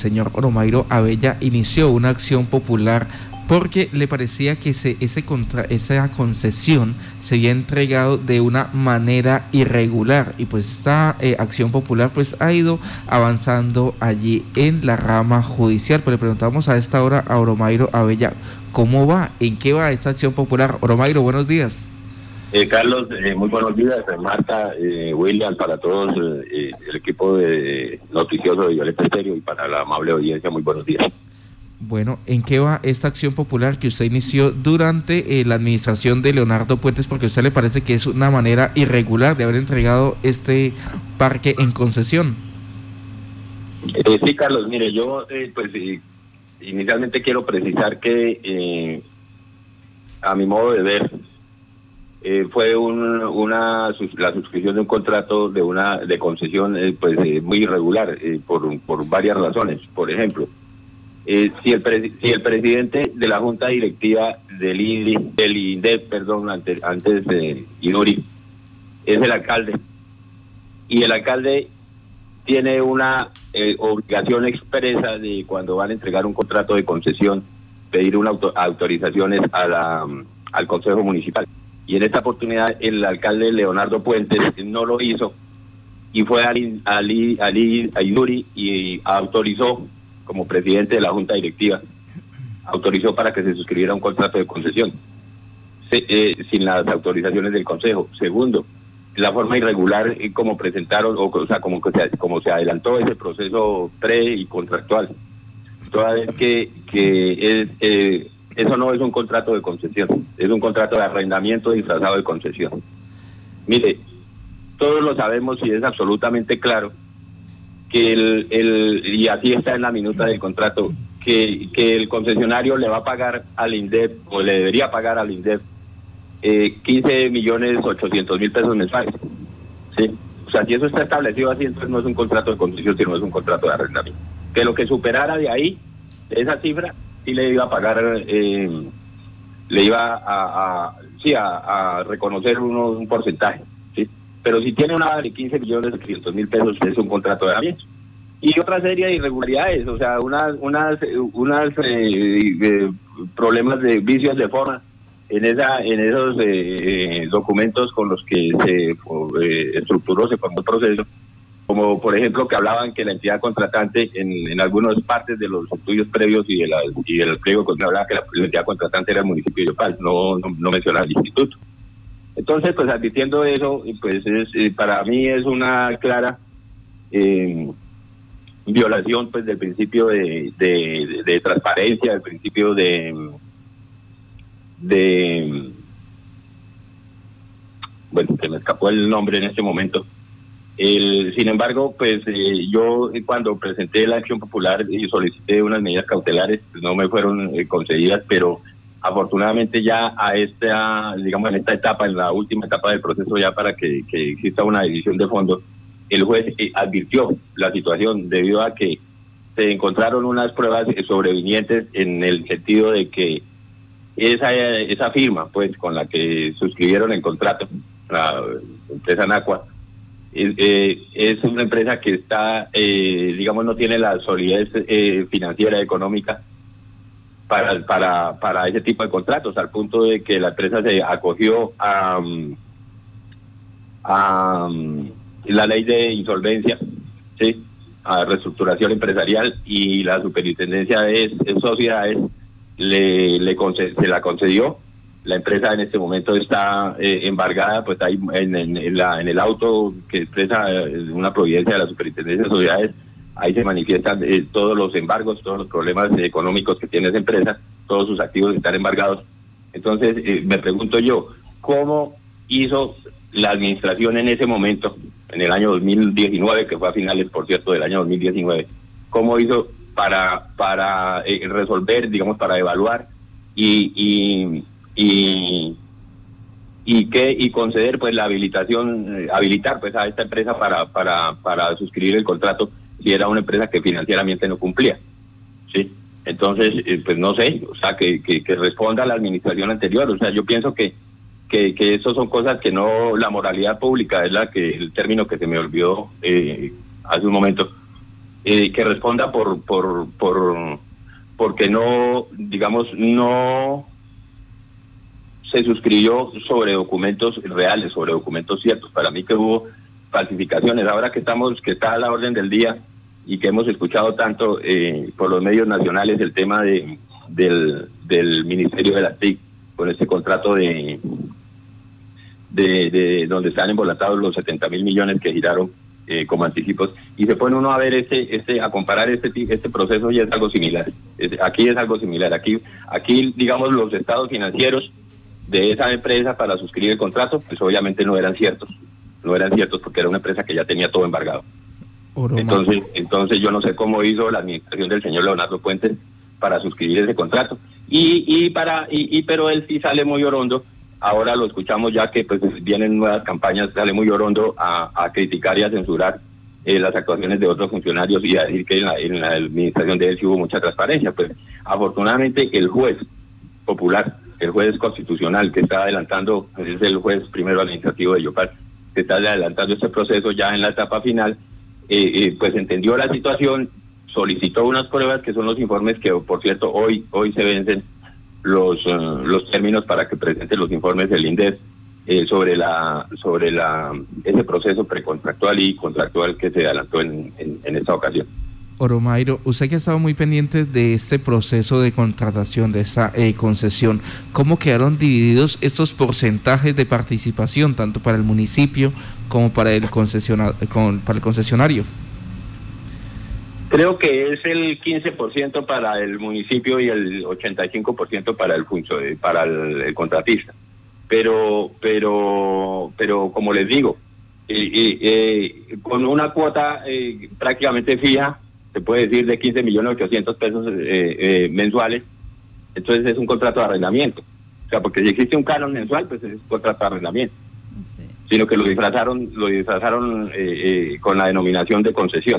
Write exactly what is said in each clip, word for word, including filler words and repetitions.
señor Oromairo Abella inició una acción popular porque le parecía que se, ese contra, esa concesión se había entregado de una manera irregular, y pues esta eh, acción popular pues ha ido avanzando allí en la rama judicial. Pues le preguntamos a esta hora a Oromairo Abella, ¿cómo va? ¿En qué va esta acción popular? Oromairo, buenos días. Eh, Carlos, eh, muy buenos días, Marta, eh, William, para todos eh, el equipo de noticioso de Violeta Estéreo y para la amable audiencia, muy buenos días. Bueno, ¿en qué va esta acción popular que usted inició durante eh, la administración de Leonardo Puentes? Porque a usted le parece que es una manera irregular de haber entregado este parque en concesión. Eh, sí, Carlos, mire, yo eh, pues eh, inicialmente quiero precisar que eh, a mi modo de ver eh, fue un, una la suscripción de un contrato de una de concesión eh, pues eh, muy irregular eh, por, por varias razones. Por ejemplo, Eh, si el pre si el presidente de la junta directiva del I N D I, del INDEP, perdón, antes, antes de INURI, es el alcalde, y el alcalde tiene una eh, obligación expresa de cuando van a entregar un contrato de concesión, pedir una auto autorizaciones a la, al Consejo Municipal. Y en esta oportunidad el alcalde Leonardo Puentes no lo hizo y fue al, al, al, al INURI y autorizó, como presidente de la junta directiva, autorizó para que se suscribiera un contrato de concesión se, eh, sin las autorizaciones del Consejo. Segundo, la forma irregular eh, como presentaron, o, o sea, como, que se, como se adelantó ese proceso pre y contractual, toda vez que, que es, eh, eso no es un contrato de concesión, es un contrato de arrendamiento disfrazado de concesión. Mire, todos lo sabemos y es absolutamente claro que el, el y así está en la minuta del contrato, que, que el concesionario le va a pagar al INDEP, o le debería pagar al INDEP, eh, quince millones ochocientos mil pesos mensuales. ¿Sí? O sea, si eso está establecido así, entonces no es un contrato de concesión, sino es un contrato de arrendamiento. Que lo que superara de ahí, de esa cifra, sí le iba a pagar, eh, le iba a, a, sí, a, a reconocer uno, un porcentaje. ¿Sí? Pero si tiene una de quince millones ochocientos mil pesos, es un contrato de arrendamiento. Y otra serie de irregularidades, o sea, unas unas unas eh, eh, problemas de vicios de forma en esa en esos eh, documentos con los que se eh, estructuró, se formó el proceso, como por ejemplo que hablaban que la entidad contratante en, en algunas partes de los estudios previos y de la y del pliego que hablaba que la, la entidad contratante era el municipio de Yopal, no, no, no mencionaba el instituto. Entonces, pues advirtiendo eso, pues es, eh, para mí es una clara eh, violación pues del principio de, de, de, de transparencia, del principio de, de bueno, se me escapó el nombre en este momento. El, sin embargo, pues eh, yo cuando presenté la acción popular y solicité unas medidas cautelares, pues, no me fueron eh, concedidas, pero afortunadamente ya a esta, digamos en esta etapa, en la última etapa del proceso, ya para que, que exista una decisión de fondo, el juez eh, advirtió la situación debido a que se encontraron unas pruebas sobrevinientes en el sentido de que esa esa firma, pues, con la que suscribieron el contrato, la empresa Nacua, eh, eh, es una empresa que está, eh, digamos, no tiene la solidez eh, financiera, económica, para para para ese tipo de contratos, al punto de que la empresa se acogió a, a la ley de insolvencia, sí, a reestructuración empresarial, y la superintendencia de, de sociedades le, le conced, se la concedió. La empresa en este momento está eh, embargada, pues ahí en, en, en, la, en el auto que expresa una providencia de la superintendencia de sociedades, ahí se manifiestan eh, todos los embargos, todos los problemas económicos que tiene esa empresa, todos sus activos están embargados. Entonces, eh, me pregunto yo, ¿cómo hizo la administración en ese momento, en el año dos mil diecinueve, que fue a finales, por cierto, del año dos mil diecinueve, cómo hizo para para eh, resolver, digamos, para evaluar y y y y que y conceder pues la habilitación, eh, habilitar pues a esta empresa para para para suscribir el contrato si era una empresa que financieramente no cumplía? Sí. Entonces, eh, pues no sé, o sea, que, que que responda a la administración anterior. O sea, yo pienso que que que eso son cosas que no, la moralidad pública es la que, el término que se me olvidó eh, hace un momento, eh, que responda por, por, por, porque no, digamos, no se suscribió sobre documentos reales, sobre documentos ciertos. Para mí que hubo falsificaciones. Ahora que estamos, que está a la orden del día y que hemos escuchado tanto eh, por los medios nacionales el tema de del, del Ministerio de las T I C con este contrato de, de, de donde están embolatados los setenta mil millones que giraron eh, como anticipos, y se pone uno a ver este, este, a comparar este este proceso, y es algo similar. Es, aquí es algo similar. Aquí, aquí digamos los estados financieros de esa empresa para suscribir el contrato, pues obviamente no eran ciertos, no eran ciertos porque era una empresa que ya tenía todo embargado. Oro entonces, más. entonces yo no sé cómo hizo la administración del señor Leonardo Puentes para suscribir ese contrato, y, y para, y, y pero él sí sale muy orondo. Ahora lo escuchamos ya que pues vienen nuevas campañas, sale muy orondo a, a criticar y a censurar eh, las actuaciones de otros funcionarios y a decir que en la, en la administración de él sí hubo mucha transparencia. Pues afortunadamente el juez popular, el juez constitucional que está adelantando, es el juez primero administrativo de Yopal, que está adelantando este proceso ya en la etapa final, eh, eh, pues entendió la situación, solicitó unas pruebas que son los informes que, por cierto, hoy hoy se vencen los uh, los términos para que presente los informes del INDES eh, sobre la sobre la ese proceso precontractual y contractual que se adelantó en, en, en esta ocasión. Oromairo, usted que ha estado muy pendiente de este proceso de contratación, de esta eh, concesión, ¿cómo quedaron divididos estos porcentajes de participación, tanto para el municipio como para el concesionario? Con, para el concesionario? Creo que es el quince por ciento para el municipio y el ochenta y cinco por ciento para el para el, el contratista. Pero, pero, pero como les digo, eh, eh, con una cuota eh, prácticamente fija, se puede decir de quince millones ochocientos pesos eh, eh, mensuales, entonces es un contrato de arrendamiento. O sea, porque si existe un canon mensual, pues es un contrato de arrendamiento. Sí. Sino que lo disfrazaron, lo disfrazaron eh, eh, con la denominación de concesión.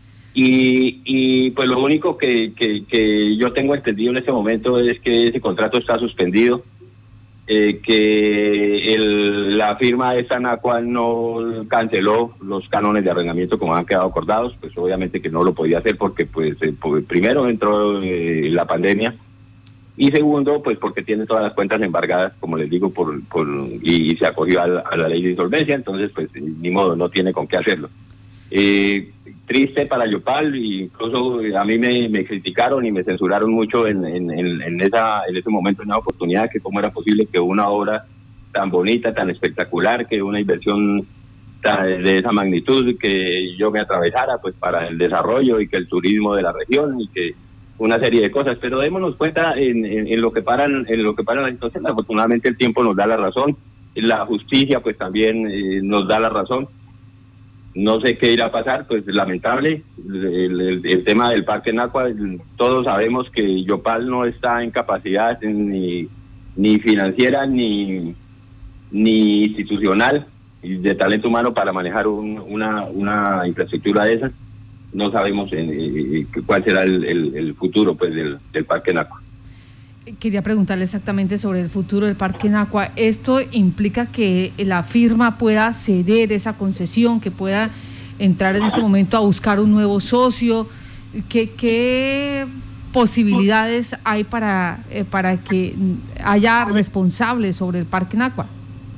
Y, y pues lo único que, que, que yo tengo entendido en este momento es que ese contrato está suspendido, eh, que el, la firma de Sanacua no canceló los cánones de arrendamiento como han quedado acordados, pues obviamente que no lo podía hacer porque pues eh, primero entró eh, la pandemia, y segundo pues porque tiene todas las cuentas embargadas, como les digo, por, por y, y se acogió a la, a la ley de insolvencia, entonces pues ni modo, no tiene con qué hacerlo. Eh, triste para Yopal, incluso a mí me, me criticaron y me censuraron mucho en, en, en, esa, en ese momento, en esa oportunidad, que cómo era posible que una obra tan bonita, tan espectacular, que una inversión tan, de esa magnitud, que yo me atravesara pues para el desarrollo y que el turismo de la región y que una serie de cosas, pero démonos cuenta en, en, en lo que paran, en lo que paran las situaciones. Afortunadamente el tiempo nos da la razón, la justicia pues también eh, nos da la razón. No sé qué irá a pasar, pues lamentable, el, el, el tema del Parque Nacua, todos sabemos que Yopal no está en capacidad ni, ni financiera ni, ni institucional y de talento humano para manejar un, una, una infraestructura de esas. No sabemos en, en, cuál será el, el, el futuro pues del, del Parque Nacua. Quería preguntarle exactamente sobre el futuro del Parque Nacua. ¿Esto implica que la firma pueda ceder esa concesión, que pueda entrar en este momento a buscar un nuevo socio? ¿Qué, qué posibilidades hay para, eh, para que haya responsables sobre el Parque Nacua?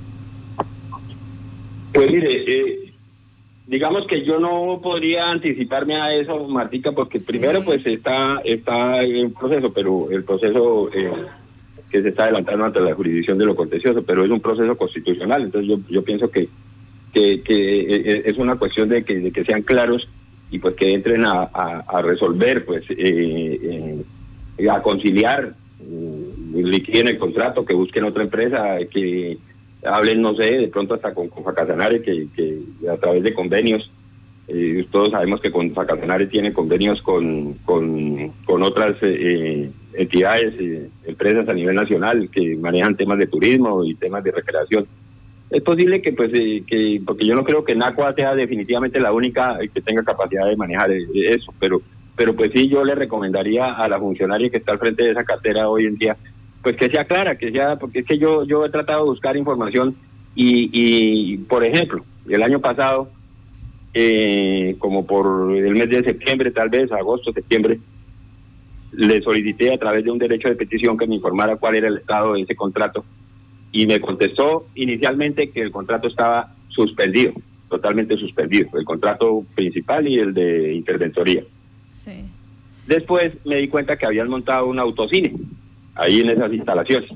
Pues mire, eh, digamos que yo no podría anticiparme a eso, Martica, porque sí. Primero pues está está en proceso, pero el proceso eh, que se está adelantando ante la jurisdicción de lo contencioso, pero es un proceso constitucional, entonces yo yo pienso que que, que es una cuestión de que, de que sean claros y pues que entren a, a, a resolver, pues eh, eh, a conciliar, eh, liquiden el contrato, que busquen otra empresa, que hablen, no sé, de pronto hasta con, con Facasanare, que, que a través de convenios, eh, todos sabemos que con Facasanare tiene convenios con, con, con otras eh, entidades, eh, empresas a nivel nacional que manejan temas de turismo y temas de recreación. Es posible que, pues, eh, que porque yo no creo que Nacua sea definitivamente la única que tenga capacidad de manejar eh, eso, pero, pero pues sí, yo le recomendaría a la funcionaria que está al frente de esa cartera hoy en día, pues que sea clara, que sea, porque es que yo yo he tratado de buscar información y, y por ejemplo, el año pasado eh, como por el mes de septiembre, tal vez, agosto, septiembre, le solicité a través de un derecho de petición que me informara cuál era el estado de ese contrato, y me contestó inicialmente que el contrato estaba suspendido, totalmente suspendido, el contrato principal y el de interventoría. Sí. Después me di cuenta que habían montado un autocine ahí en esas instalaciones.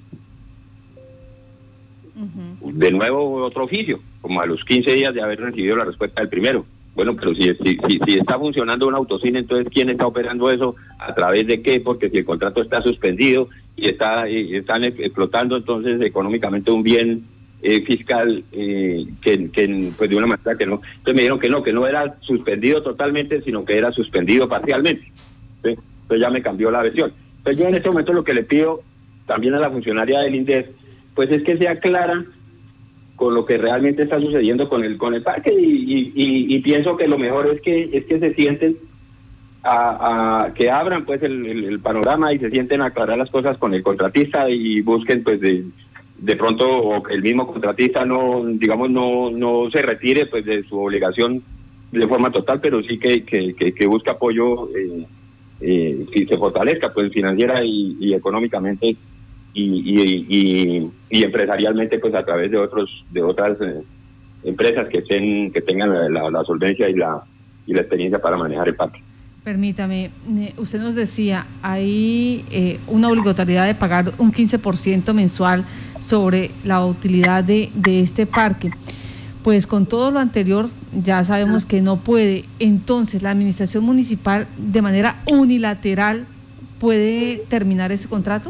Uh-huh. De nuevo otro oficio, como a los quince días de haber recibido la respuesta del primero. Bueno, pero si, si, si, si está funcionando un autocine, entonces ¿quién está operando eso? ¿A través de qué? Porque si el contrato está suspendido y está y están explotando entonces económicamente un bien eh, fiscal eh, que, que pues de una manera que no. Entonces me dijeron que no, que no era suspendido totalmente, sino que era suspendido parcialmente. ¿Sí? Entonces ya me cambió la versión. Entonces yo en este momento lo que le pido también a la funcionaria del INDES, pues es que sea clara con lo que realmente está sucediendo con el con el parque, y, y, y pienso que lo mejor es que es que se sienten a, a que abran pues el, el, el panorama y se sienten a aclarar las cosas con el contratista y busquen pues de de pronto o el mismo contratista no digamos no no se retire pues de su obligación de forma total, pero sí que que, que, que busque apoyo eh, eh, y se fortalezca pues financiera y, y económicamente Y, y, y, y empresarialmente pues a través de otros de otras eh, empresas que estén que tengan la, la, la solvencia y la y la experiencia para manejar el parque. Permítame, usted nos decía, hay eh, una obligatoriedad de pagar un quince por ciento mensual sobre la utilidad de, de este parque. Pues con todo lo anterior ya sabemos que no puede. Entonces, ¿la administración municipal de manera unilateral puede terminar ese contrato?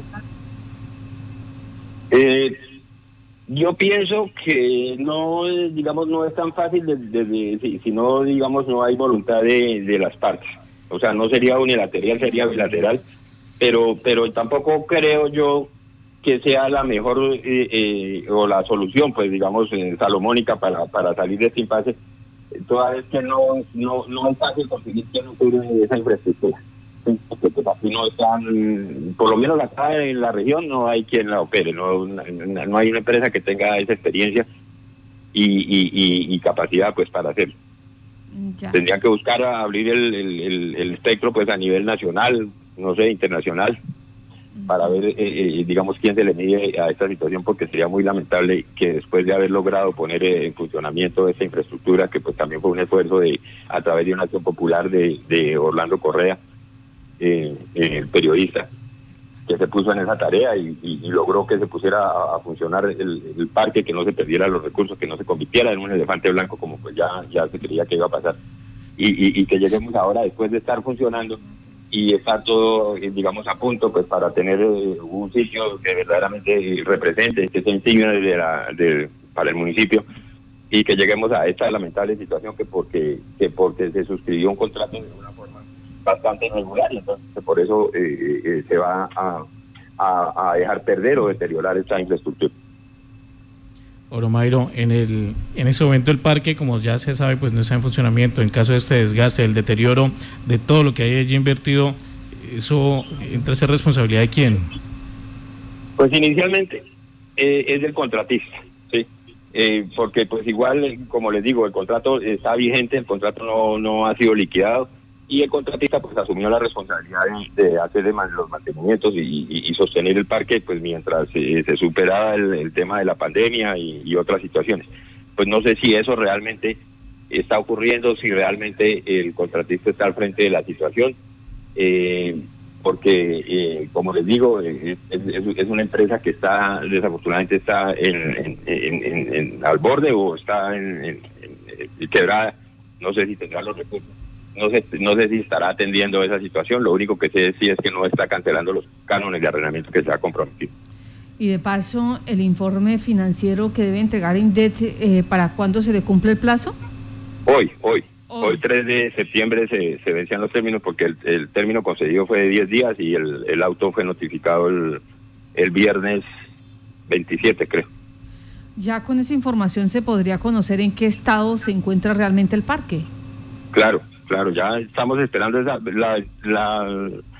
Eh, yo pienso que no, digamos, no es tan fácil de, de, de, si, si no, digamos, no hay voluntad de, de las partes. O sea, no sería unilateral, sería bilateral, pero, pero tampoco creo yo que sea la mejor eh, eh, o la solución, pues, digamos, eh, salomónica para, para salir de este impasse. Toda vez que no, no, no es fácil conseguir quien opere esa infraestructura. Porque pues aquí no están, por lo menos acá en la región no hay quien la opere, no, no hay una empresa que tenga esa experiencia y, y, y, y capacidad pues para hacerlo. Ya. Tendrían que buscar abrir el, el, el, el espectro pues a nivel nacional, no sé, internacional, uh-huh. para ver, eh, eh, digamos, quién se le mide a esta situación, porque sería muy lamentable que después de haber logrado poner en funcionamiento esa infraestructura, que pues también fue un esfuerzo de a través de una acción popular de, de Orlando Correa, Eh, eh, el periodista que se puso en esa tarea y, y, y logró que se pusiera a, a funcionar el, el parque, que no se perdieran los recursos, que no se convirtiera en un elefante blanco como pues ya, ya se creía que iba a pasar, y, y, y que lleguemos ahora después de estar funcionando y estar todo, eh, digamos, a punto pues para tener eh, un sitio que verdaderamente represente, que sea insignia de la, de, para el municipio, y que lleguemos a esta lamentable situación que porque, que porque se suscribió un contrato de una forma bastante irregular, y entonces por eso eh, eh, se va a, a, a dejar perder o deteriorar esta infraestructura. Oromairo, en el en ese momento el parque, como ya se sabe, pues no está en funcionamiento. En caso de este desgaste, el deterioro de todo lo que hay allí invertido, ¿eso entra a ser responsabilidad de quién? Pues inicialmente eh, es del contratista, sí, eh, porque pues igual, como les digo, el contrato está vigente, el contrato no, no ha sido liquidado, y el contratista pues asumió la responsabilidad de, de hacer de man, los mantenimientos y, y, y sostener el parque pues mientras eh, se superaba el, el tema de la pandemia y, y otras situaciones. Pues no sé si eso realmente está ocurriendo, si realmente el contratista está al frente de la situación, eh, porque eh, como les digo, eh, es, es, es una empresa que está, desafortunadamente está en, en, en, en, en al borde o está en, en, en, en quebrada, no sé si tendrá los recursos. No sé, no sé si estará atendiendo esa situación. Lo único que sé sí es que no está cancelando los cánones de arrendamiento que se ha comprometido. Y de paso, el informe financiero que debe entregar INDET, eh, ¿para cuándo se le cumple el plazo? Hoy, hoy. Hoy, hoy tres de septiembre se, se vencían los términos, porque el, el término concedido fue de diez días y el, el auto fue notificado el, el viernes veintisiete, creo. ¿Ya con esa información se podría conocer en qué estado se encuentra realmente el parque? Claro. Claro, ya estamos esperando esa, la, la,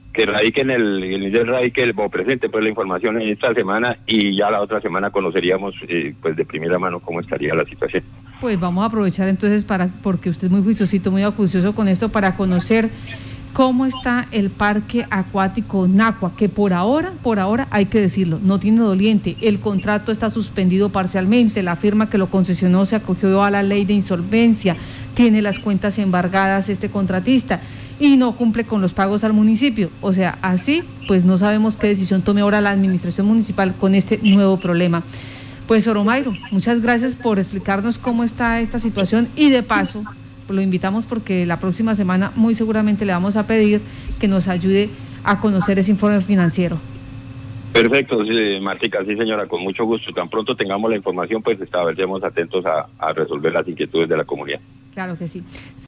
que radiquen el, el radique el, o presente pues la información en esta semana y ya la otra semana conoceríamos eh, pues de primera mano cómo estaría la situación. Pues vamos a aprovechar entonces para, porque usted es muy juiciosito, muy acucioso con esto, para conocer cómo está el parque acuático Nacua, que por ahora, por ahora hay que decirlo, no tiene doliente, el contrato está suspendido parcialmente, la firma que lo concesionó se acogió a la ley de insolvencia, tiene las cuentas embargadas este contratista y no cumple con los pagos al municipio, o sea, así pues no sabemos qué decisión tome ahora la administración municipal con este nuevo problema. Pues Oromairo, muchas gracias por explicarnos cómo está esta situación y de paso lo invitamos porque la próxima semana muy seguramente le vamos a pedir que nos ayude a conocer ese informe financiero. Perfecto, sí, Martica, sí señora, con mucho gusto. Tan pronto tengamos la información, pues estaremos atentos a, a resolver las inquietudes de la comunidad. Claro que sí.